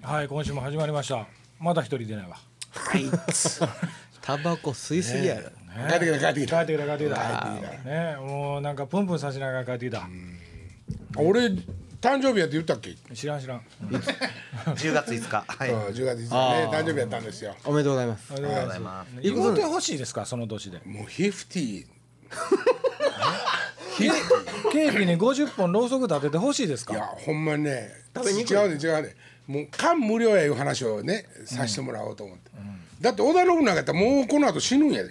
はい、今週も始まりました。まだ一人出ないわ。 あいつタバコ吸いすぎやろ、 帰ってきた帰ってきたね、もうなんかプンプンさしながら帰ってきた。 俺誕生日やって言ったっけ。 知らん 10月5日、はい、 10月5日ね誕生日やったんですよ。 おめでとうございます。 ありがとうございます。祝ってほしいですか、その年で。 もう50 ケーキに50本ろうそく立ててほしいですか。 いやほんまにね食べにくい違うねもう缶無料やいう話をねさせてもらおうと思って、だって織田信長やったらもうこの後死ぬんやで。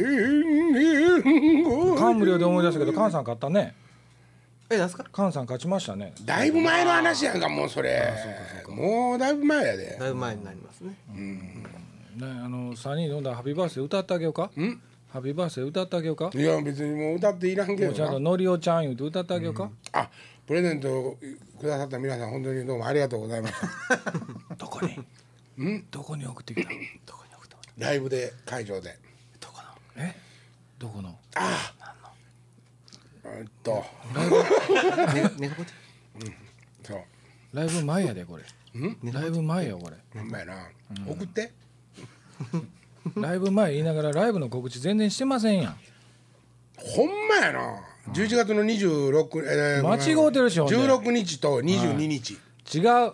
缶無料で思い出したけど、菅さん買ったね。 なんすか。 菅さん勝ちましたね。 だいぶ前の話やんかもうそれ。もうだいぶ前やで。 だいぶ前になりますね。 ね、3人飲んだハッピーバースデー歌ってあげようか。ハッピーバースデー歌ってあげようか。 いや別にもう歌っていらんけどな。 ちゃんとのりおちゃん言うて歌ってあげようか。 あ、プレゼントくださった皆さん本当にどうもありがとうございました。 どこにどこに送ってきた。どこに送った。 ライブで会場で。 どこのどこの。 そうライブ前やでこれ。ライブ前よこれ。 ほんまやな、送ってライブ前言いながらライブの告知全然してませんやん。 ほんまやな。11月の26、 間違うてるし、 16日と22日、 違う。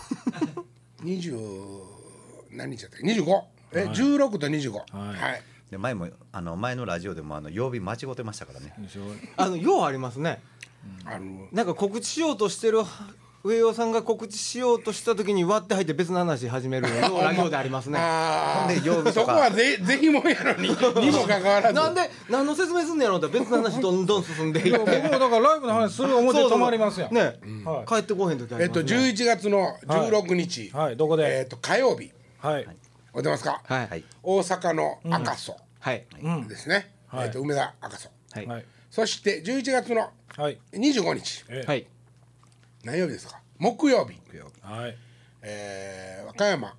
20何日やったっけ。25、16と25、はいで前も前のラジオでも曜日間違ってましたからね。 ようありますね。なんか告知しようとしてる上尾さんが告知しようとした時に割って入って別の話始めるようラジオでありますね。 あで曜日そとかこはぜひもんやのににもかかわらずなんで何の説明すんのやろうって別の話どんどん進んでいって僕もだからライブの話する思って止まりますやん。 ね、 はい帰ってこへん時ありますね。 11月の16日、 はいどこで。 火曜日はいお出ますか、 はい大阪の赤楚はいですね、 はい梅田赤楚、 はいはいそして11月のはい 25日、 はい何曜日ですか。木曜日、 はい。 和歌山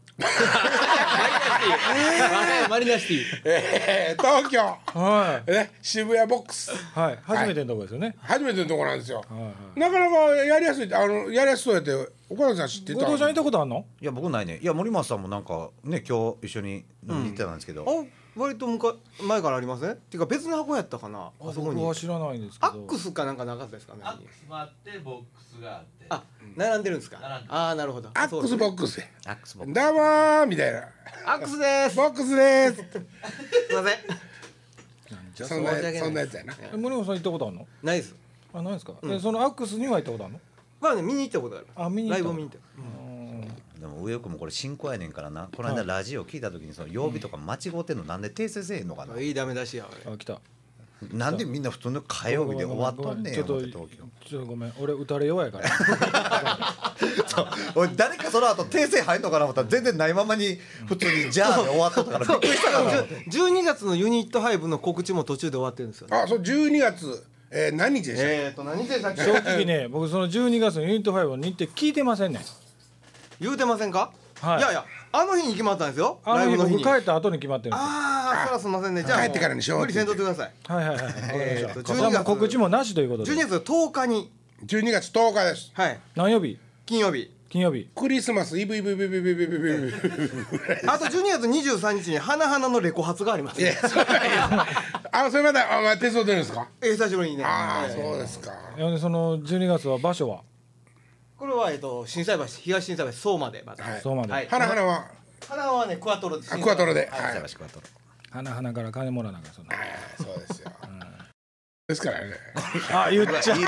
マリナシティ東京、 は渋谷ボックス、 はい初めてのとこですよね。 初めてのとこなんですよ、 はいなかなかやりやすいやりやすそうやって岡田さん知ってた。 後藤ちゃん行ったことあんの。 いや僕ないね。いや森松さんもなんかね今日一緒に飲みに行ってたんですけど、 割と前からありませんっていうか別の箱やったかな。あそこに僕は知らないんですけど。 アックスかなんかなかったですかね。 アックスもあってボックスがあって並んでるんですか。 並んでるああなるほど。 アックスボックスでアックスボックどうもーみたいなアックスです。 ボックスですすいません。 そんな申し訳ないそんなやつやな。 森本さん行ったことあんの。 ないです。 あ、ないですか。そのアックスには行ったことあんの。 まあね見に行ったことある。 あ、見に行った。 ライブを見に行った。 でも上尾君もこれ進行やねんからな。この間ラジオ聞いた時にその曜日とか間違ってんのなんで訂正せえへんのかな。 いいダメ出しや。 あ、来た。 なんでみんな普通の火曜日で終わっとんねんちょっと思って東京。 ちょっとごめん、俺打たれ弱いから。 そう俺誰かその後訂正入んのかな思ったら全然ないままに普通にじゃあで終わっとったからびっくりしたから 12月のユニット5の告知も途中で終わってるんですよね。 あ、そう12月、何日でしたっけ。 何でしたっけ。 正直ね、僕その12月のユニット5の日程聞いてませんねん。 言うてませんか。 はいいやいやあの日に決まったんですよ。 あの日僕ライブの日に。 帰った後に決まってるんですよ。 ああそらすみませんね。じゃあ帰ってからにしよう無理せんとってください。 はいはいはい。わかりました。 12 じゃあもう告知もなしということで。 12月10日に 12月10日です。 はい何曜日。 金曜日。 金曜日。 クリスマスイブイブイブイブイブイブイブイブイあと12月23日に花々のレコ発があります。 いやそれまだ手相出るんですか。 久しぶりにね。 ああそうですか。 その12月は場所は。 これは心斎橋東心斎橋そうまでまた。 はいそうまで。 はい花は花はねクワトロです。 クワトロで、はい、 探しくわとる花から金もらわなきゃそんな。 そうですよ。ですからね。 あ、言っちゃう。 今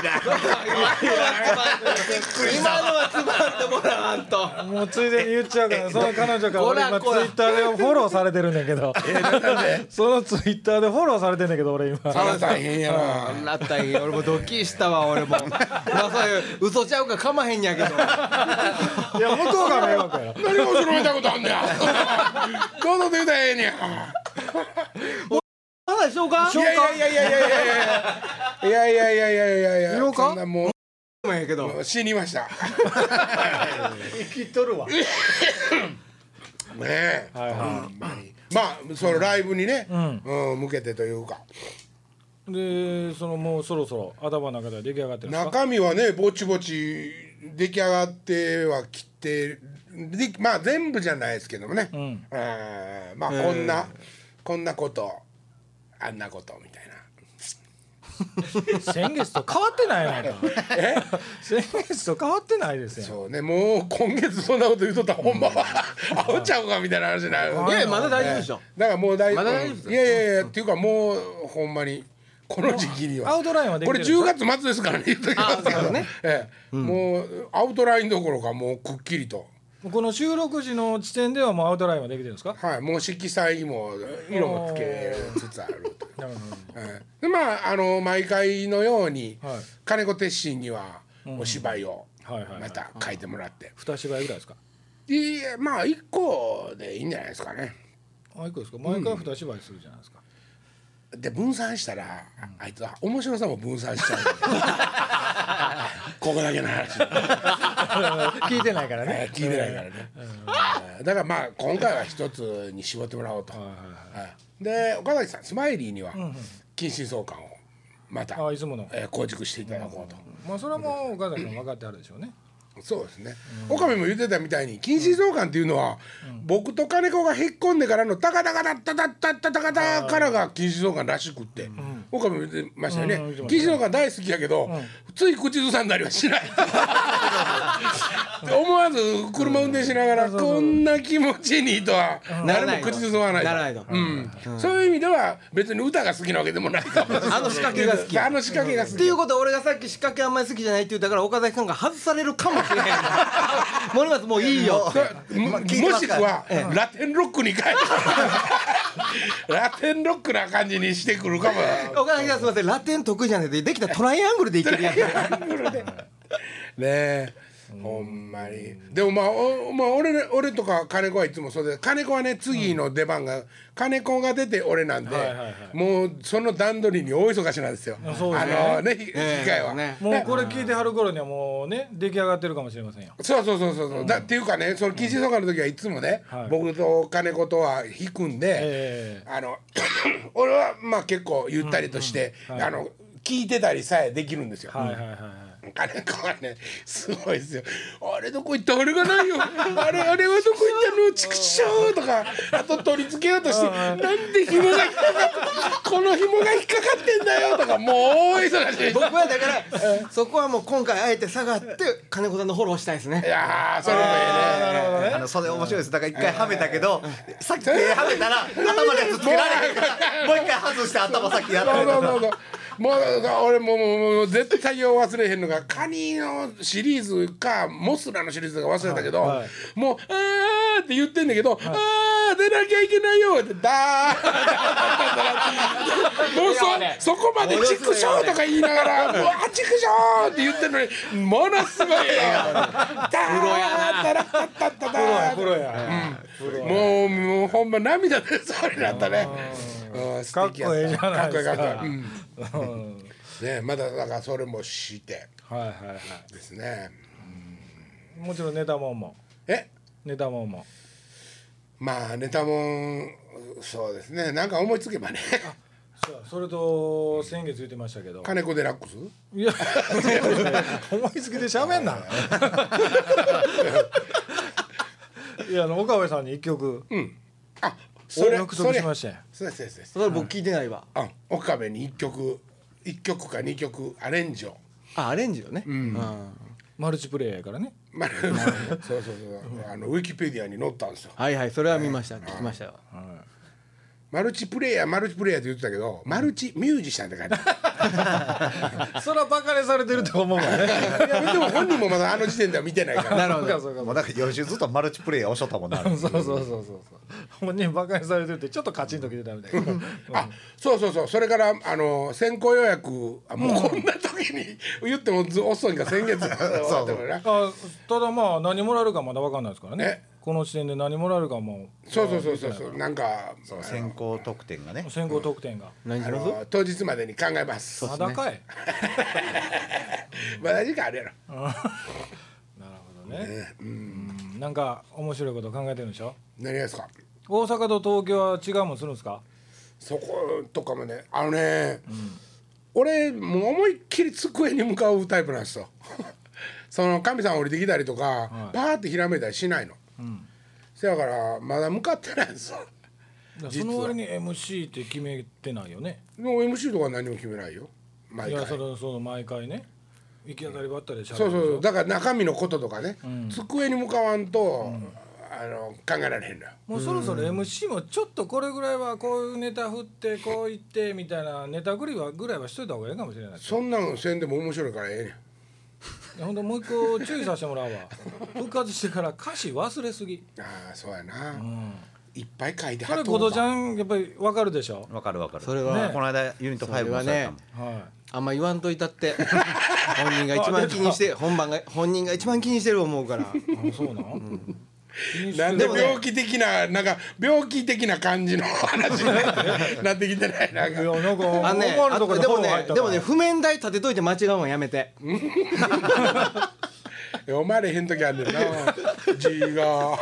のはつまんでもらわんと。 もうついでに言っちゃうからその彼女から俺今ツイッターでフォローされてるんだけどそのツイッターでフォローされてんだけど俺今それは大変やな。 なったんや。俺もドッキリしたわ俺も。まあそういう嘘ちゃうかかまへんやけど。 いや向こうが迷惑や。 何が後ろめたことあんねや。どうぞ出たらええねや。 話しようか。 いやいやいやいやいやいやいやいやいやいやいやいや言おうかそんなももやけど。 う死にました。 生きとるわ。 ねえ、 はいはほんまにまあそのライブにね、向けてというかい。でそのもうそろそろ頭の中では出来上がってるんですか。 中身はねぼちぼち出来上がってはきてまあ全部じゃないですけどもね、まあこんなことあんなことみたいな。 先月と変わってないやないか先月と変わってないですよ。 そうね、もう今月そんなこと言うとったらほんまはアホちゃうかみたいな話になる。 いやまだ大丈夫でしょ。 だからもう大丈夫。 まだ大丈夫ですよ。 いやっていうかもうほんまにこの時期にはアウトラインはできこれてるんですか。 10月末ですからね、言っときますけどね、もうアウトラインどころかもうくっきりと、 この収録時の時点ではもうアウトラインはできてるんですか。 はい、もう色彩も色もつけつつあると。でまあ毎回のように、 はい、 金子鉄心にはお芝居をまた書いてもらって、 2芝居ぐらいですか。 いやまあ1個でいいんじゃないですかね。 1個ですか。毎回2芝居するじゃないですか。 で分散したら、あいつは面白さも分散しちゃうここだけの話聞いてないからね聞いてないからね、だからまあ今回は一つに絞ってもらおうと、で岡崎さんスマイリーには近親相関をまたいつもの構築していただこうと、 まあそれはもう岡崎さん分かってあるでしょうね。 そうですね、岡部も言ってたみたいに近親相関っていうのは、僕と金子が引っ込んでからのタカタカタッタタッタッタタカタからが近親相関らしくって、岡部も言ってましたよね、近親相関大好きやけど、つい口ずさんだりはしない思わず車運転しながらこんな気持ちにとは誰も口ずさまないと、そういう意味では別に歌が好きなわけでもないかもしれない。 あの仕掛けが好き。 あの仕掛けが好きっていうことは俺がさっき仕掛けあんまり好きじゃないって言ったから岡崎さんが外されるかもしれへん森松もういいよもしくはラテンロックに変えてラテンロックな感じにしてくるかも。 岡崎さんすいませんラテン得意じゃなくてできたトライアングルでいけるやんねえほんまに。でもまあ俺とか金子はいつもそうで、金子はね次の出番が金子が出て俺なんで、もうその段取りに大忙しなんですよ。 そうですね機会は、 もうこれ聞いてはる頃にはもうね出来上がってるかもしれませんよ。 そうっていうかね、その近親相関の時はいつもね、僕と金子とは引くんで、俺はまあ結構ゆったりとして、聞いてたりさえできるんですよ。金子はねすごいですよ。あれどこ行った、あれがないよあれはどこ行ったの、チクショーとか、あと取り付けようとしてなんで紐が引っかかってこの紐が引っかかってんだよとか、もう大忙しい。 僕はだからそこはもう今回あえて下がって金子さんのフォローしたいですね。 いやそれもいいね。 なるほどね。 それ面白いです。だから一回はめたけど、さっき手はめたら頭のやつつけられへんからもう一回外して頭先やってもう俺もう絶対よう忘れへんのがカニのシリーズかモスラのシリーズか忘れたけど、もうあーって言ってんだけど、あー出なきゃいけないよってダーもうそこまでチクショーとか言いながらもうチクショーって言ってんのにものすごいよプロや。 もうほんま涙でそれだったね。 かっこいいじゃないですか。 ね、まだだからそれもしてですね。 もちろんネタもんも。ネタもんも。 まあネタもんそうですね。なんか思いつけばね。 それと先月言ってましたけど。 金子デラックス？ いや思いつきで喋んな。いや岡部さんに一曲。それ約束しましたよ。 それ僕聞いてないわ。 岡部に1曲か2曲アレンジを。 アレンジをね。 マルチプレイヤーやからね。 そうウィキペディアに載ったんですよ。 はいそれは見ました、聞きましたよ。 マルチプレイヤーって言ってたけど、マルチミュージシャンって書いてある。 それはバカにされてると思うわね。 いやでも本人もまだあの時点では見てないから。 なるほど。 もうなんか4週ずっとマルチプレイヤーおっしゃったもんな。 そう本人バカにされてるってちょっとカチンときてたみたいな。 そうそれから先行予約もうこんな時に言っても遅いが先月。ただまあ何もらえるかまだ分かんないですからね。この時点で何もらえるかも。 そうなんか先行特典がね。 先行特典が。 当日までに考えます。 まだかい。 まだ時間あるやろ。 なるほどね。なんか面白いこと考えてるんでしょ。 何ですか。 大阪と東京は違うもんするんですか。 そことかもね、俺もう思いっきり机に向かうタイプなんですよ。 その神さん降りてきたりとか、パーってひらめいたりしないの、せやからまだ向かってないんですよ。 その割に MC って決めてないよね。 でも MC とか何も決めないよ毎回。 いやその毎回ね行き当たりばったりでしゃべる。 そうだから中身のこととかね、机に向かわんと、考えられへんのよ。 もうそろそろ MC もちょっとこれぐらいはこういうネタ振ってこう言ってみたいなネタぐらいはしといた方がいいかもしれない。 そんなんせんでも面白いからええねん。 ほんともう一個注意させてもらうわ。復活してから歌詞忘れすぎ。 ああそうやな、いっぱい書いてこれ後藤ちゃんやっぱり分かるでしょ。 わかるそれは、 この間ユニット5もそうやったもん。 あんま言わんといたって本人が一番気にして本人が一番気にしてる思うから。 そうなん、 なんで病気的ななんか病気的な感じの話になってきてないなんか。 いやなんか思わぬところでもね譜面台立てといて間違うのやめて。 読まれへん時あんねんな字が。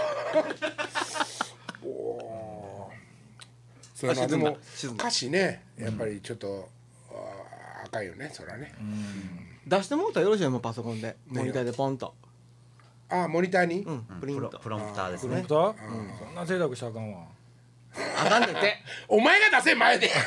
それでも歌詞ねやっぱりちょっと赤いよねそれはね。 出してもうたらよろしいよもうパソコンでモニターでポンと。 あモニターに、 プリントプロンプターですね。 プロンプター、そんな贅沢したらあかんわ。 あかんねんて。 お前が出せ前で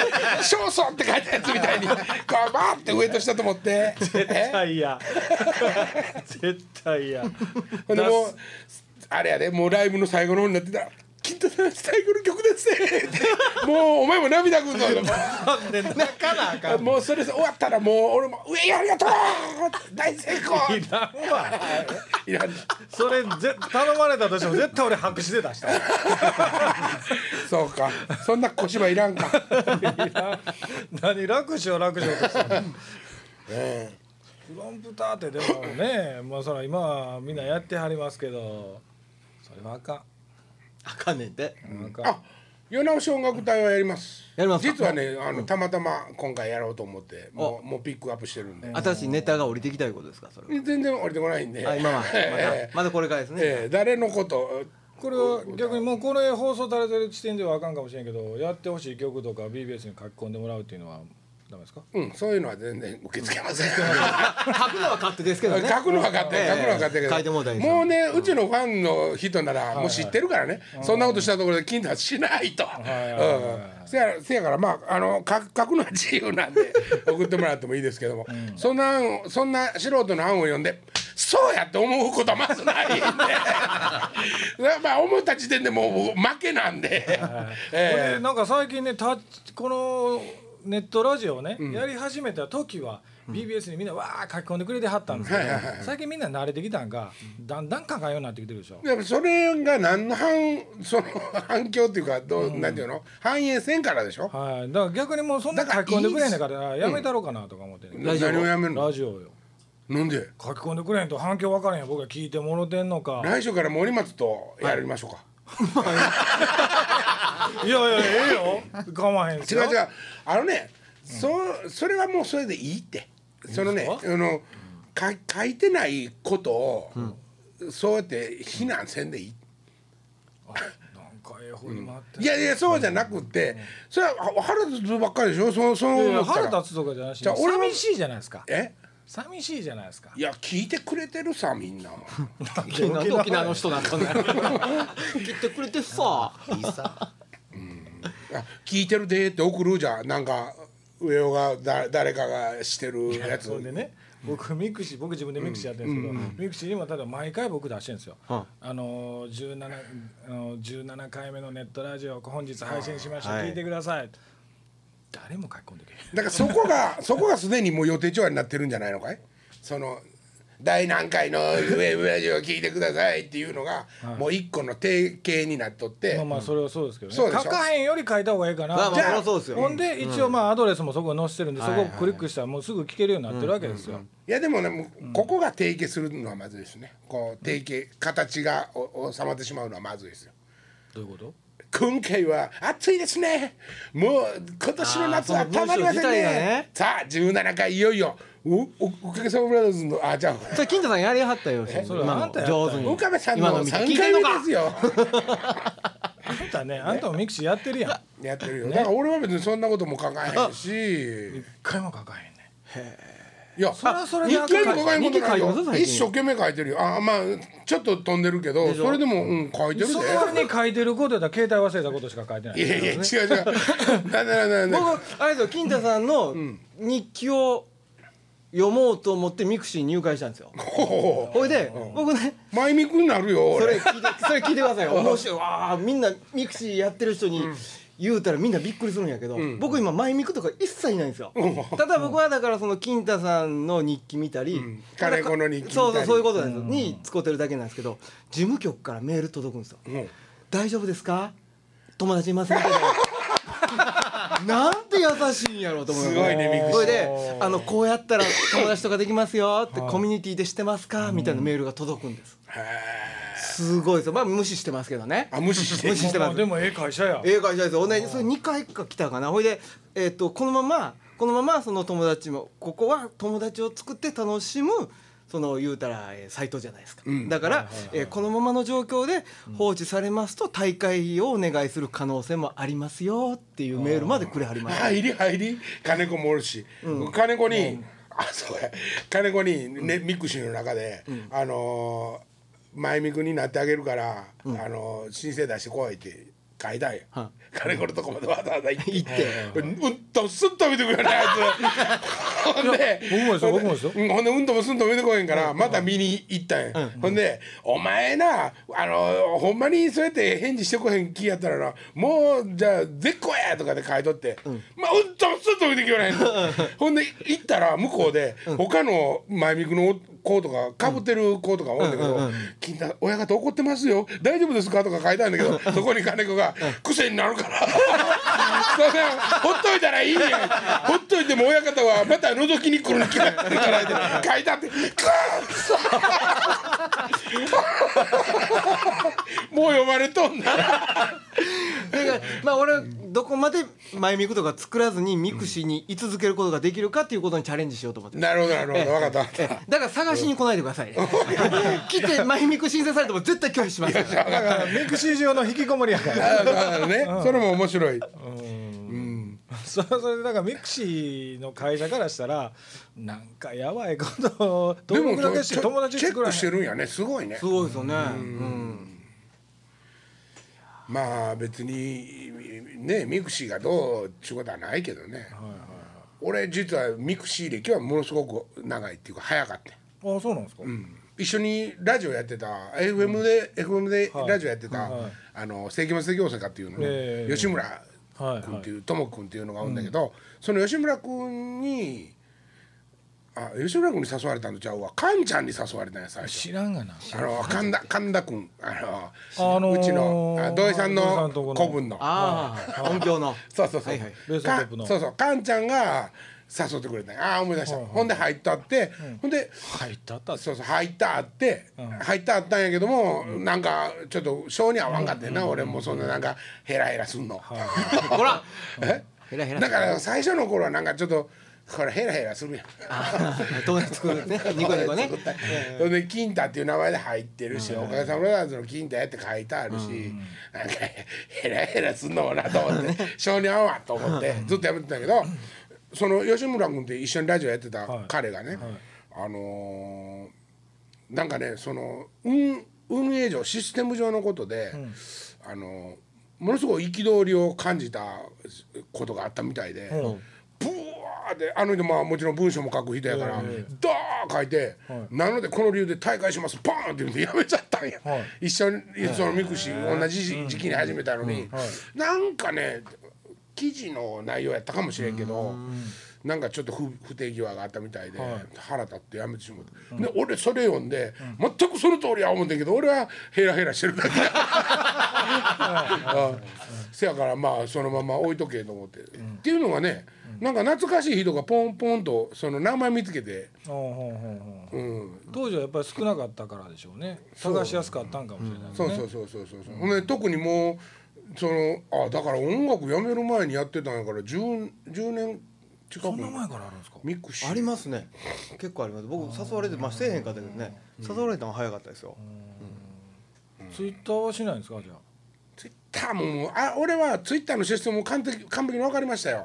「少々」って書いたやつみたいにこうバーって上と下と思って絶対嫌絶対嫌。 ほんでもうあれやでもうライブの最後の方になってたら「金太さん最後の曲ですね」ってもうお前も涙ぐんのよ。もうそれ終わったらもう俺も「うえありがとう大成功」 いらんわ。 いらんそれ頼まれたとしても絶対俺白紙で出した。 そうかそんな小芝居いらんか。 何楽しようとしたの。プロンプターってでもねもうそら今はみんなやってはりますけどそれはあかん。 あかんねんて。 あ世直し音楽隊はやります。 やりますか。 実はねたまたま今回やろうと思ってもうピックアップしてるんで。 新しいネタが降りてきたいうことですかそれは。 全然降りてこないんで。 今はまだこれからですね。 誰のことこれは逆にもうこれ放送されてる時点ではあかんかもしれんけどやってほしい曲とか BBS に書き込んでもらうっていうのはダメですか。 そういうのは全然受け付けません。 書くのは勝手ですけどね。 書くのは勝手書いてもうたらいいですよ。 もうねうちのファンの人ならもう知ってるからねそんなことしたところで金太しないと。せやからまあ書くのは自由なんで送ってもらってもいいですけどもそんな素人の案を読んでそうやって思うことはまずないんでまあ思った時点でもう負けなんで。 これなんか最近ねこのネットラジオをね、やり始めた時は BBS にみんなわー書き込んでくれてはったんですけど、最近みんな慣れてきたんがだんだん考えようになってきてるでしょ。 でもそれが何の反響っていうかなんていうの反映せんからでしょ。 はい、だから逆にもうそんな書き込んでくれへんねんからやめたろうかなとか思って、 何をやめるの。 ラジオよ。 なんで書き込んでくれへんと反響分からへんよ。僕が聞いてもろてんのか。 来週から森松とやりましょうか。 いやええよ構わへんすよ。 違うそれはもうそれでいいってそのね書いてないことを、そうやって非難せんでいい。 なんかええ方に回って、 いやそうじゃなくて、それは腹立つばっかりでしょ。そう腹立つとかじゃないし寂しいじゃないですか。寂しいじゃないですか。 いや聞いてくれてるさみんな。 沖縄の人なんかね聞いてくれてさいいさ。 聞いてるでって送るじゃんなんか上尾が誰かがしてるやつ。 それでね僕自分でミクシーやってるんですけど、ミクシーにもただ毎回僕出してるんですよ。17回目のネットラジオ本日配信しました、聞いてください。誰も書き込んでけへん。 だからそこがすでにもう予定調和になってるんじゃないのかい。第何回のウェブラジオを聞いてくださいっていうのがもう一個の定型になっとって、 まあそれはそうですけどね。 そうでしょ。 書かへんより書いた方がいいかな。 じゃあそうですよ。 ほんで一応アドレスもそこに載せてるんで、そこをクリックしたらもうすぐ聞けるようになってるわけですよ。 いやでもねもうここが定型するのはまずいですね。こう定型形が収まってしまうのはまずいですよ。 どういうこと？ 今回は暑いですね。もう今年の夏はたまりませんね。さあ17回いよいよおかげさまブラザーズのじゃあそれ金田さんやりはったよ。 それあんたやった上手に。 岡部さんの3回目ですよ。 あんたねあんたもミクシーやってるやん。 やってるよ。だから俺は別にそんなことも考えへんし。 一回も書かへんね。 いやそれはそれで日記も書かへんことないよ日記書いてます一生懸命書いてるよまあちょっと飛んでるけどそれでも書いてるでそれに書いてることやったら携帯忘れたことしか書いてない。 いやいや違うなんで僕あれですよ金太さんの日記を読もうと思ってミクシーに入会したんですよ。ほいで僕ね前見くになるよそ俺れ聞いてくださいよ。面白いわみんなミクシーやってる人に言うたらみんなびっくりするんやけど、僕今マイミクとか一切いないんですよ。ただ僕はだからその金太さんの日記見たり、 金子の日記見たりそういうことなんですよ、に使ってるだけなんですけど、事務局からメール届くんですよ。大丈夫ですか友達いませんけどなんて優しいんやろうと思う。 すごいねミクシーそれでこうやったら友達とかできますよってコミュニティでしてますかみたいなメールが届くんです。すごいですよ。まあ無視してますけどね。 無視してます。 でも会社や。 会社ですよ。それ2回か来たかな。ほいでこのままその友達もここは友達を作って楽しむその言うたらサイトじゃないですか。だからこのままの状況で放置されますと退会をお願いする可能性もありますよっていうメールまでくれはりました。 入り金子もおるし金子にそうや金子にねミクシーの中で前見くになってあげるから、申請出してこいって書いたんや、金子のとこまでわざわざ行ってとすんと見てくれないあいつほんで僕もですよほんでともすんと見てこへんからまた見に行ったんや、ほんでお前なほんまにそうやって返事してこへん気やったらなもうじゃあ絶好やとかで書いとって、まあともすんと見てくれないのほんで行ったら向こうで他の前見くの子とかかぶってる子とかおるんだけど「金太親方怒ってますよ大丈夫ですか?」とか書いてあるんだけどそこに金子が「癖になるからそれほっといたらいいやんほっといても親方はまた覗きに来るに決まってるから」って書いてあってクッもう読まれとんなまあ俺どこまで前ミクとか作らずにミクシーに居続けることができるかっていうことにチャレンジしようと思って。 なるほど分かっただから探しに来ないでくださいね来て前ミク申請されても絶対拒否しますからだからミクシー上の引きこもりやからねそれも面白いそれだからミクシーの会社からしたらなんかやばいことでもだけして友達チェッ作らへんクしてるんやねすごいねすごいですよね。 まあ別にねミクシーがどうっていうことはないけどね、俺実はミクシー歴はものすごく長いっていうか早かった。 そうなんですか。 一緒にラジオやってた FM でラジオやってた世紀末的大阪っていうのの吉村君っていうとも君っていうのがおるんだけど、その吉村君に吉村君に誘われたんとちゃうわカンちゃんに誘われたんや最初。 知らんがな。 神田君うちの土井さんの子分の音響のそうベーストップのそうカンちゃんが誘ってくれたんや。思い出した。ほんで入ったってほんで入ったったそう入ったあって入ったあったんやけどもなんかちょっと性に合わんかってんな。俺もそんななんかヘラヘラすんのほらだから最初の頃はなんかちょっとこれヘラヘラするやん友達作るねニコニコね。 それで金太っていう名前で入ってるし、おかげさまブラザーズの金太やって書いてあるし、なんかヘラヘラすんのもなと思って性に合わんと思ってずっとやめてたけど、その吉村君って一緒にラジオやってた彼がね、なんかねその運営上システム上のことで、ものすごい憤りを感じたことがあったみたいで、ブワーで人もちろん文章も書く人やから、ダー書いて、なのでこの理由で大会しますパーンって言ってやめちゃったんや、一緒にそのミクシー同じ時期に始めたのに、なんかね記事の内容やったかもしれんけど、なんかちょっと不手際があったみたいで、腹立ってやめてしまった、で俺それ読んで、全くその通りは思うんだけど俺はヘラヘラしてるだけせやからまあそのまま置いとけと思って、っていうのがね、なんか懐かしい人がポンポンとその名前見つけて、 当時はやっぱり少なかったからでしょうね。探しやすかったんかもしれないですね。 そう特にもうそのだから音楽やめる前にやってたんやから10年近く。 そんな前からあるんですか。 ミクシーありますね。結構あります。僕誘われてせえへんかったけどね、誘われたの早かったですよ。 ツイッターはしないんですか。じゃあツイッターも俺はツイッターのシステムも完璧に分かりましたよ。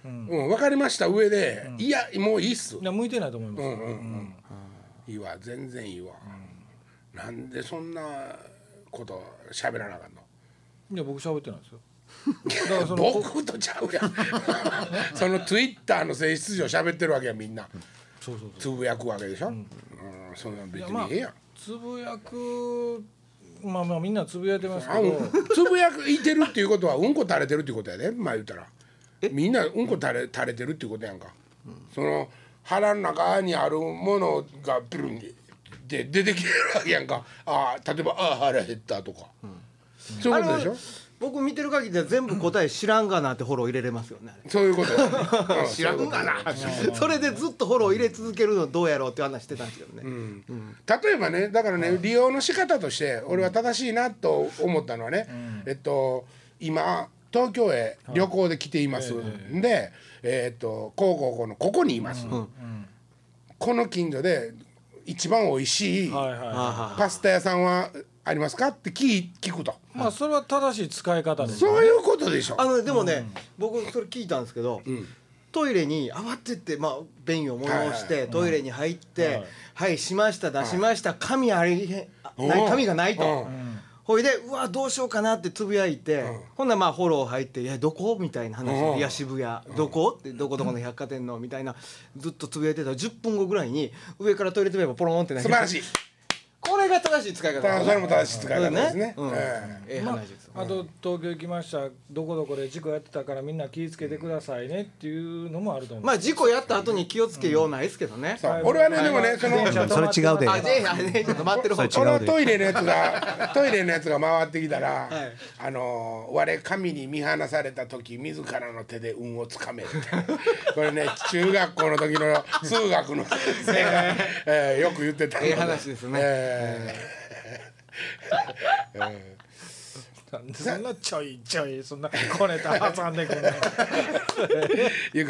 分かりました上で、いやもういいっす。 いや向いてないと思います。 いいわ全然いいわ。なんでそんなこと喋らなあかんの。 いや僕喋ってないですよ。 だから僕とちゃうやんそのツイッターの性質上喋ってるわけやみんな。 そうつぶやくわけでしょ。そんなん別にええやん。 つぶやくまあみんなつぶやいてますけどつぶやいてるっていうことはうんこ垂れてるっていうことやで。まあ言うたらみんなうんこ垂れてるっていうことやんか。その腹の中にあるものがブルンで出てきてるわけやんか。例えば腹減ったとか、そういうことでしょ。 僕見てる限りでは全部答え知らんがなってフォロー入れれますよね。 そういうことや、ね知らんがなそれでずっとフォロー入れ続けるのどうやろうって話してたんですけどね、 例えばねだからね、利用の仕方として俺は正しいなと思ったのはね、今東京へ旅行で来ています、でここにいます、この近所で一番おいしいパスタ屋さんはありますかって聞くと。 まあそれは正しい使い方です、 そういうことでしょ。 でもね、僕それ聞いたんですけど、トイレに慌てて便を催してトイレに入ってはいしました出しました、紙がないと、ほいでうわどうしようかなってつぶやいて、ほんならフォロー入って「いやどこ?」みたいな話で「いや渋谷どこ?」って「どこどこの百貨店の」みたいなずっとつぶやいてたら10分後ぐらいに上からトイレットペーパーポロンって投げて、 素晴らしい。 これが正しい使い方それも正しい使い方ですね。 あと東京行きましたどこどこで事故やってたからみんな気をつけてくださいねっていうのもあると思う。 事故やった後に気をつけようないですけどね。 俺はねでもねそれ違うで。 そのトイレのやつが回ってきたら、我神に見放された時自らの手で運をつかめってこれね中学校の時の数学の先生がよく言ってた。 話ですね。 なんでそんなちょいそんなこねた挟んでくんねんゆか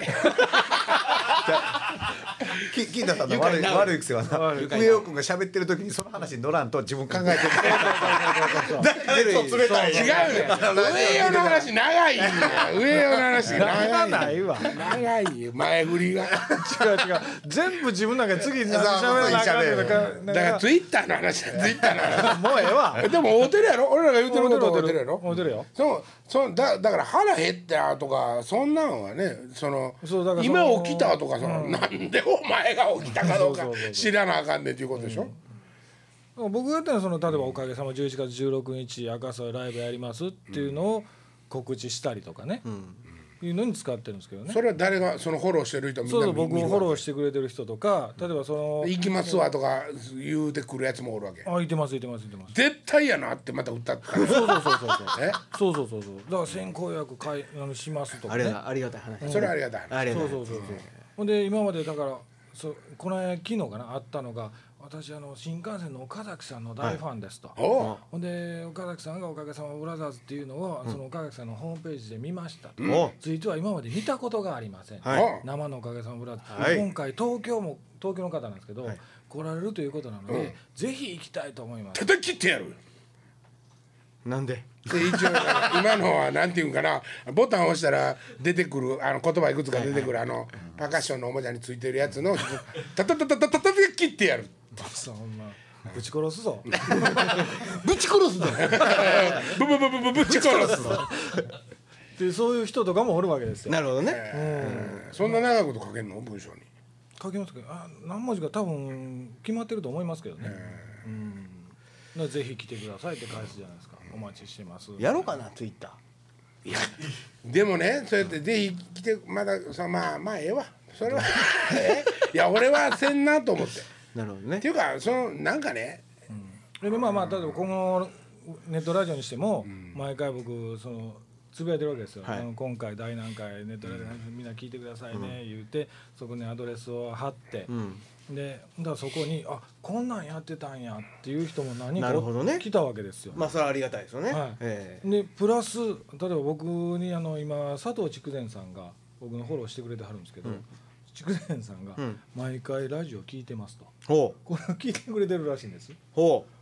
金田さんの悪い癖はな、上尾君が喋ってる時にその話に乗らんと自分考えてる。だから冷たい。 違うね。上尾の話長いんだよ。上尾の話長いわ。長いよ前振りが。違う全部自分なんか次何喋らなあかんねんだからツイッターの話だ。ツイッターの話。 もうええわ。 でも会うてるやろ。俺らが言うてること会うてるやろ。 会うてるよ。 だから腹減ったとかそんなんはね今起きたとかなんでお前が起きたかどうか知らなあかんねんっていうことでしょ。 僕が言ったのは例えばおかげさま11月16日赤楚ライブやりますっていうのを告知したりとかね、いうのに使ってるんですけどね。 それは誰がそのフォローしてる人みんなそう僕をフォローしてくれてる人とか例えば行きますわとか言うてくるやつもおるわけ。 いてます絶対やなってまた歌ったそうそうだから先行予約しますとかね。 ありがたい話。 それはありがたい。 そうほんで今までだからこの間昨日かなあったのが私新幹線の岡崎さんの大ファンですと、ほんで岡崎さんがおかげさまブラザーズっていうのをその岡崎さんのホームページで見ましたと、実は今まで見たことがありません、生のおかげさまブラザーズ、今回東京の方なんですけど、来られるということなので、ぜひ行きたいと思います。 叩き切ってやる。 なんで一応今のはなんていうんかな、ボタンを押したら出てくる言葉いくつか出てくるパーカッションのおもちゃについてるやつの叩き切ってやる。 そんなぶち殺すぞぶち殺すぞぶち殺すぞでそういう人とかもおるわけですよ。 なるほどね。 そんな長いこと書けんの文章に。 書きますけど何文字か多分決まってると思いますけどね。ぜひ来てくださいって返すじゃないですか。お待ちしてます。 やろうかなツイッター。いやでもねそうやってぜひ来てまだまあええわそれは。いや俺はせんなと思って。 なるほどね。 っていうかなんかね。 で例えば今後ネットラジオにしても毎回僕つぶやいてるわけですよ。今回第何回ネットラジオみんな聞いてくださいね言うてそこにアドレスを貼って。でだからそこにこんなんやってたんやっていう人も何人か来たわけですよ。 それはありがたいですよね。 でプラス例えば僕に今佐藤筑前さんが僕のフォローしてくれてはるんですけど、筑前さんが毎回ラジオ聞いてますと、これを聞いてくれてるらしいんです。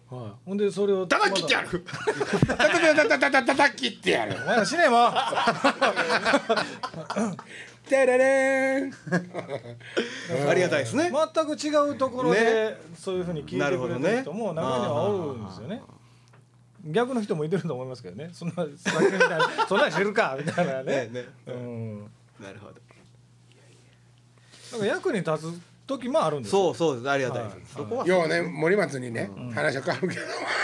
はい、ほんでそれを叩きってやる叩きってやるお前ら死ねえもテレレーンありがたいですね。 全く違うところでそういうふうに聞いてくれてる人も中にはおるんですよね。逆の人もいてると思いますけどね。そんなさっきみたいなそんなん知るかみたいなね。うん。 なるほど。 なんか役に立つ時もあるんですよ。 そうですありがたいです。そこはようね森松にね話は変わるけど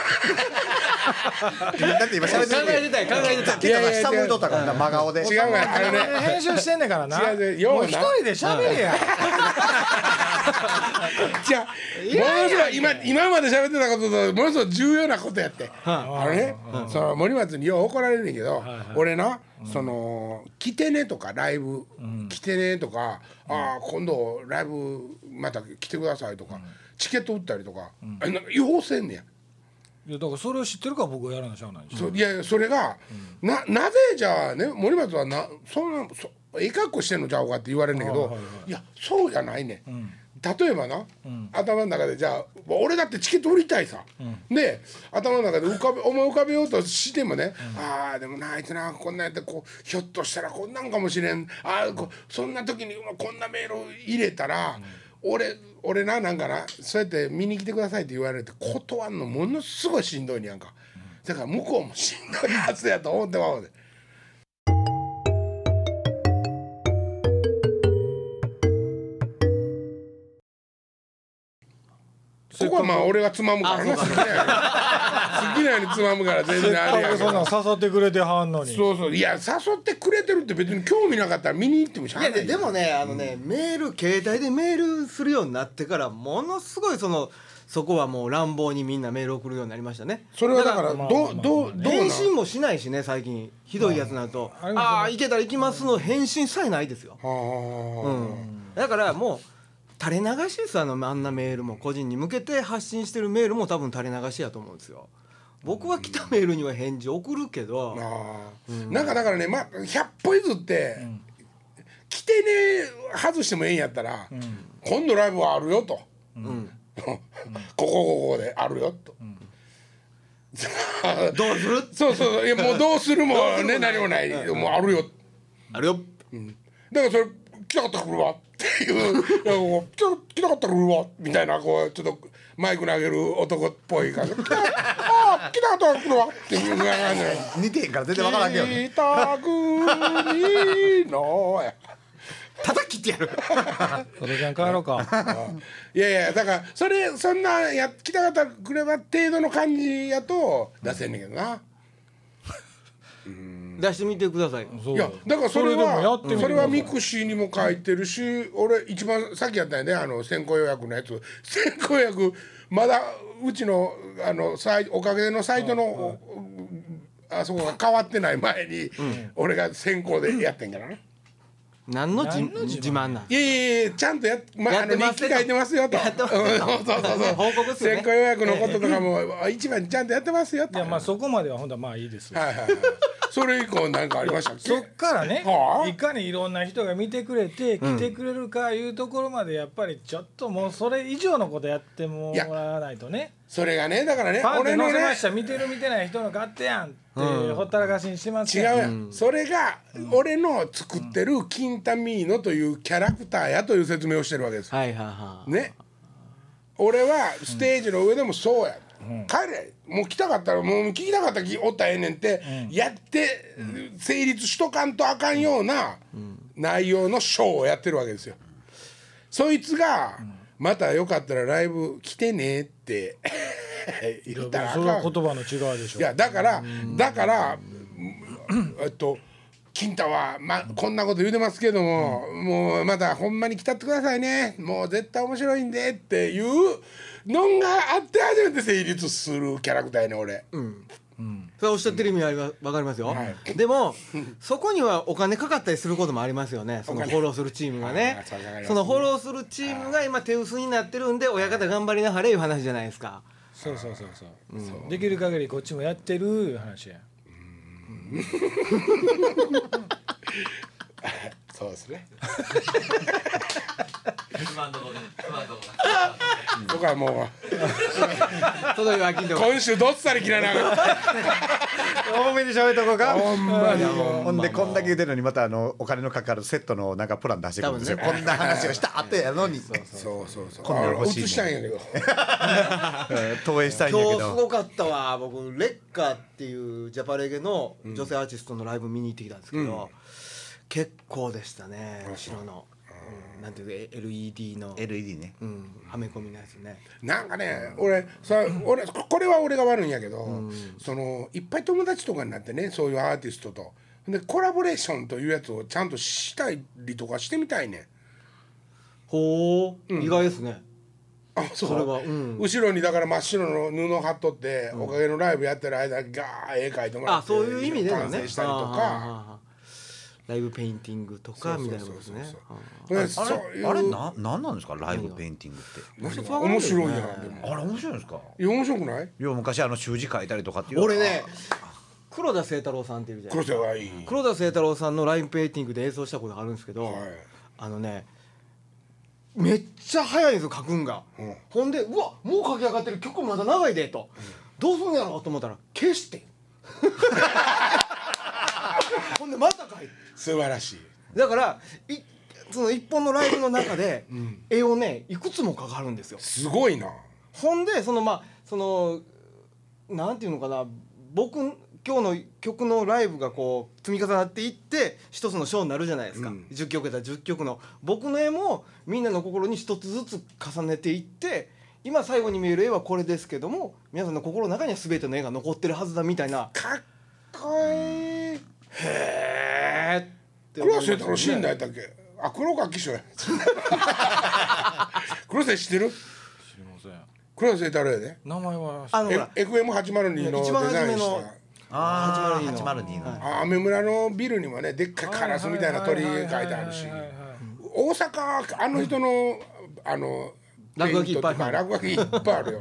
だって今喋って考えてたよ考えてた。 ケタが下向いとったからな真顔で違うわ編集してんねんからな。 違うようなもう一人で喋れや。 じゃあものすごい今まで喋ってたこととものすごい重要なことやってその森松によう怒られるんだけど俺なその来てねとかライブ来てねとか今度ライブまた来てくださいとかチケット売ったりとかなんか違法せんねや。 いやだからそれを知ってるから僕はやらなしゃあないんですよ。 いやそれがなぜじゃあね森松はそんなええ格好してんのちゃうかって言われるんだけどいやそうじゃないね。例えばな、頭の中でじゃあ俺だってチケット売りたいさ、で頭の中で思い浮かべようとしてもね、でもなあいつなこんなんやってこうひょっとしたらこんなんかもしれんそんな時にこんなメール入れたら、俺なんかなそうやって見に来てくださいって言われて断んのものすごいしんどいねやんか。だから向こうもしんどいはずやと思ってまうで。そこはまあ俺がつまむからね好きなようにつまむから全然あれやけどそんなん誘ってくれてはんのに。 そういや誘ってくれてるって別に興味なかったら見に行ってもしゃあないでもねメール携帯でメールするようになってからものすごいそこはもう乱暴にみんなメール送るようになりましたね。 それはだからどう返信もしないしね最近ひどいやつになると行けたら行きますの返信さえないですよ。だからもう垂れ流しですあんなメールも個人に向けて発信してるメールも多分垂れ流しやと思うんですよ。僕は来たメールには返事送るけどなんかだからね100歩譲って来てね外してもええんやったら今度ライブはあるよとここであるよとどうするそういやもうどうするもね何もないもうあるよあるよだからそれ来たかったら来るわっていう来たかったら来るわみたいなこうちょっとマイク投げる男っぽい感じ来たかったら来るわっていう感じ似てへんから全然わからんけどね北国の叩きってやるそれじゃん帰ろうか。 いやだからそんな来たかったら来れば程度の感じやと出せんねんけどな出してみてください。 いやだからそれはミクシーにも書いてるし俺一番先やったんやね先行予約のやつ先行予約まだうちのおかげのサイトのあそこが変わってない前に俺が先行でやってんからな。 何の自慢なんいやちゃんと日記書いてますよとそう報告するね先行予約のこととかも一番ちゃんとやってますよと。 いやそこまではほんとはまあいいです。 それ以降何かありましたっけ。 そっからねいかにいろんな人が見てくれて来てくれるかいうところまでやっぱりちょっともうそれ以上のことやってもらわないとね。 それがねだからねパンって載せました見てる見てない人の勝手やんってほったらかしにします違うやんそれが俺の作ってるキンタミーノというキャラクターやという説明をしてるわけです。ね俺はステージの上でもそうや帰れもう来たかったらもう聞きたかったらおったらええねんってやって成立しとかんとあかんような内容のショーをやってるわけですよ。そいつがまたよかったらライブ来てねって言ったらそれは言葉の違いでしょ。 いやだから金太はこんなこと言うてますけどももうまたほんまに来たってくださいねもう絶対面白いんでっていうのがあって初めて成立するキャラクターやね俺。 それおっしゃってる意味は分かりますよ、でもそこにはお金かかったりすることもありますよねそのフォローするチームがねそのフォローするチームが今手薄になってるんで親方頑張りなはれいう話じゃないですか。 そうできる限りこっちもやってるいう話や。 そうですね。僕はもう届いはきんとこ今週どっさり切らなかった多めに喋っとこうか。 ほんまにほんでこんだけ言うてるのにまたお金のかかるセットのなんかプラン出してくるんですよ、こんな話をした後やのにそうこんなの欲しいね映したんやけど投影したいんやけど今日すごかったわ。僕レッカーっていうジャパレゲの女性アーティストのライブ見に行ってきたんですけど、結構でしたね。後ろの、なんていう LED の LED ね、 はめ込みのやつね。 なんかね俺これは俺が悪いんやけど、そのいっぱい友達とかになってね、そういうアーティストとでコラボレーションというやつをちゃんとしたりとかしてみたいね。 ほう、意外ですね。 あ、そうそれは、 後ろにだから真っ白の布貼っとって、おかげのライブやってる間ガー絵描いてもらって、 そういう意味でのね完成したりとか、 ライブペインティングとかみたいなことですね。 あれなんなんですかライブペインティングって。 面白いやん。 あれ面白いんですか。 いや面白くない？ いや昔習字書いたりとかっていう。 俺ね、黒田清太郎さんっているじゃないですか。 黒田はいい。 黒田清太郎さんのライブペインティングで演奏したことがあるんですけど、めっちゃ早いんですよ書くんが、ほんでうわもう書き上がってる、曲まだ長いでと、どうすんのやろうと思ったら消してほんでまた書いて、 素晴らしい。 だからその一本のライブの中で絵をねいくつも描かはるんですよ。 すごいな。 ほんでそのなんていうのかな、今日の曲のライブがこう積み重なっていって一つのショーになるじゃないですか、10曲やったら10曲の僕の絵もみんなの心に一つずつ重ねていって、今最後に見える絵はこれですけども皆さんの心の中には全ての絵が残ってるはずだみたいな。 かっこいい。 へーって黒田清太郎死んだやったっけ？あ、黒川紀章や。黒田知ってる？ 知りません。 黒田清太郎やで。 名前はほら FM802 の一番デザインし初めのた。 802の雨村のビルにもねでっかいカラスみたいな鳥書いてあるし、大阪あの人の落書きいっぱいある。 落書きいっぱいあるよ。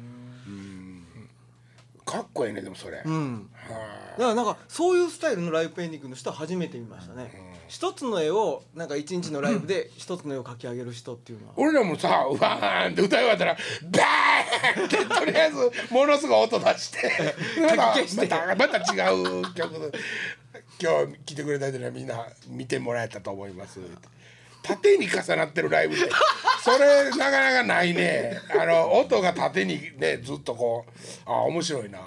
かっこいいねでもそれ。 だからなんかそういうスタイルのライブペインティングの人は初めて見ましたね。一つの絵をなんか一日のライブで一つの絵を描き上げる人っていうのは、 俺らもさワーンって歌い終わったらバーンってとりあえずものすごい音出してまた違う曲で今日来てくれた人にはみんな見てもらえたと思います。縦に重なってるライブってそれなかなかないね。音が縦にねずっとこう面白いな。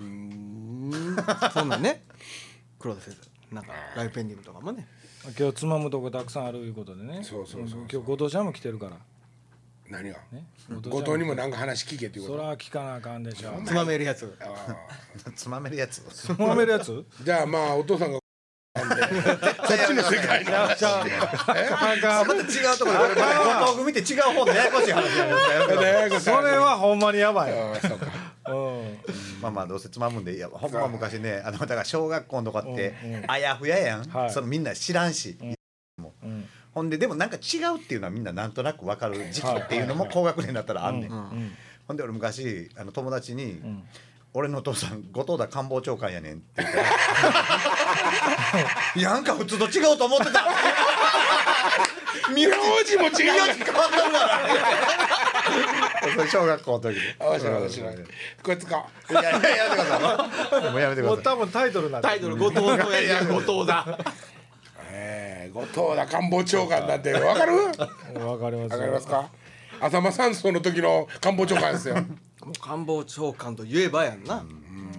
そんなんね黒田先生なんかライブペンディングとかもね今日つまむとこたくさんあるいうことでね。 そう今日後藤ちゃんも来てるから。 何が？ ね、 後藤にもなんか話聞けっていうこと。 そら聞かなあかんでしょ。 つまめるやつ。 つまめるやつ。 つまめるやつ？ じゃあまあお父さんがそっちの世界の話。 また違うところで後藤組って違う方のややこしい話なんですそれはほんまにやばい。 そうか。 まあどうせつまむんでいやほんま昔ねだから小学校のとかってあやふややん、そのみんな知らんし、ほんででもなんか違うっていうのはみんななんとなく分かる時期っていうのも高学年だったらあんねん。ほんで俺昔友達に俺のお父さん後藤田官房長官やねんって言ったらなんか普通と違うと思ってた。 名字も違う。 それ小学校の時で。 面白い。こいつか。 いややめてください。もうやめてください。 多分タイトルなんタイトル後藤のやつ後藤だ。 後藤田官房長官なんてわかる？ わかります。 わかりますか？浅間山荘の時の官房長官ですよ。 もう官房長官と言えばやんな。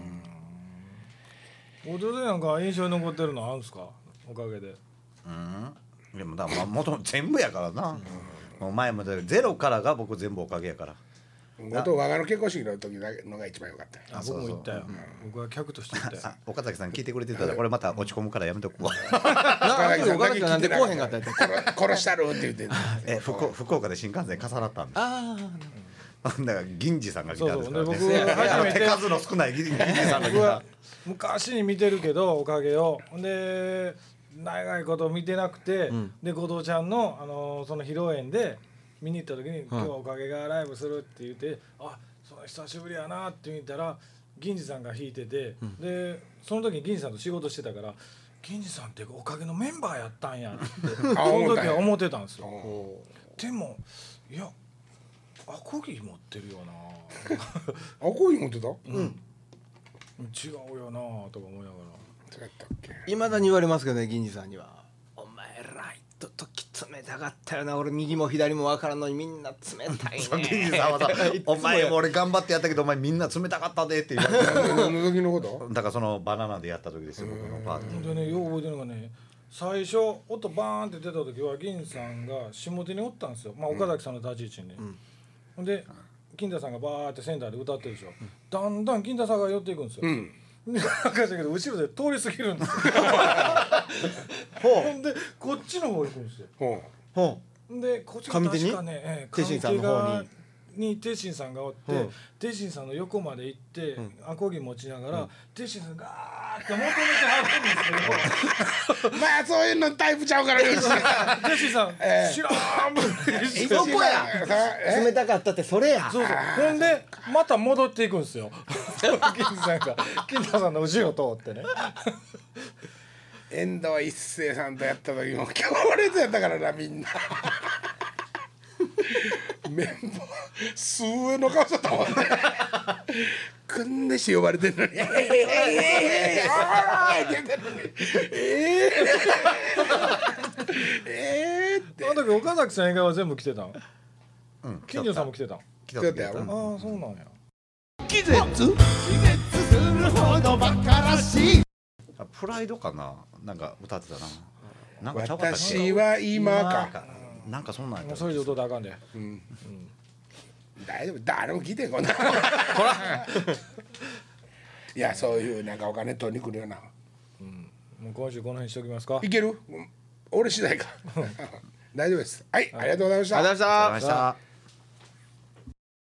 後藤でなんか印象に残ってるのあるんですか？おかげで。 でも元全部やからな。もう前もゼロからが僕全部おかげやから。 後藤我がの結婚式の時のが一番良かった。 僕も行ったよ。僕は客として行ったよ。 岡崎さん聞いてくれてたら俺また落ち込むからやめとくわ。 岡崎さんなんでこうへんかったって殺したるって言って福岡で新幹線重なったんです。だから銀次さんが来たんですからね。 僕初めて数の少ない銀次さんが来た。 昔に見てるけどおかげをで長いこと見てなくて、で後藤ちゃんのその披露宴で見に行った時に、今日おかげがライブするって言って、その久しぶりやなって見たら銀次さんが弾いてて、でその時に銀次さんと仕事してたから銀次さんっておかげのメンバーやったんやってその時は思ってたんですよ。でもいやアコギ持ってるよなアコギ持ってた？ 違うよなとか思いながら。 そうやったっけ？ いまだに言われますけどね、銀次さんにはお前ライト時冷たかったよな、俺右も左も分からんのにみんな冷たいね銀次さんはさお前俺頑張ってやったけどお前みんな冷たかったでって言われて何の時のこと？ だからそのバナナでやった時ですよ僕のパーティーでねよう覚えてるのがね、最初音バーンって出た時は銀さんが下手におったんですよ、岡崎さんの立ち位置にね、ほんで金田さんがバーってセンターで歌ってるでしょ、だんだん金田さんが寄っていくんですよ、なんかしたけど後ろで通り過ぎるんですよほんでこっちの方行くんですよ。ほんでこっちが確かね上手に上手に鉄心さんがおって、鉄心さんの横まで行って、アコギ持ちながら、鉄心さんがガーって求めてはるんですけどまあそういうのタイプちゃうからね鉄心さん、知らんそこや冷たかったってそれや。 そうほんでまた戻っていくんですよ金田さんの後ろ通ってね遠藤一生さんとやった時も強烈やったからなみんなメンバー数上の顔しとったもんねくんでし呼ばれてんのにあの時岡崎さん以外は全部来てたん？金城さんも来てたん？ 来た来たよああそうなんや。 気絶するほどバカらしいプライドかな、なんか歌ってたな。なんかちゃうかったっけ？ 私は今かなんかそんなんやった。 もうそれで歌うとあかんで。 大丈夫、誰も聞いてんこんなほらいやそういうなんかお金取りに来るような、 もう今週この辺にしておきますか。 いける？俺次第か大丈夫です。はい、ありがとうございました。 ありがとうございました。 ありがとうございました。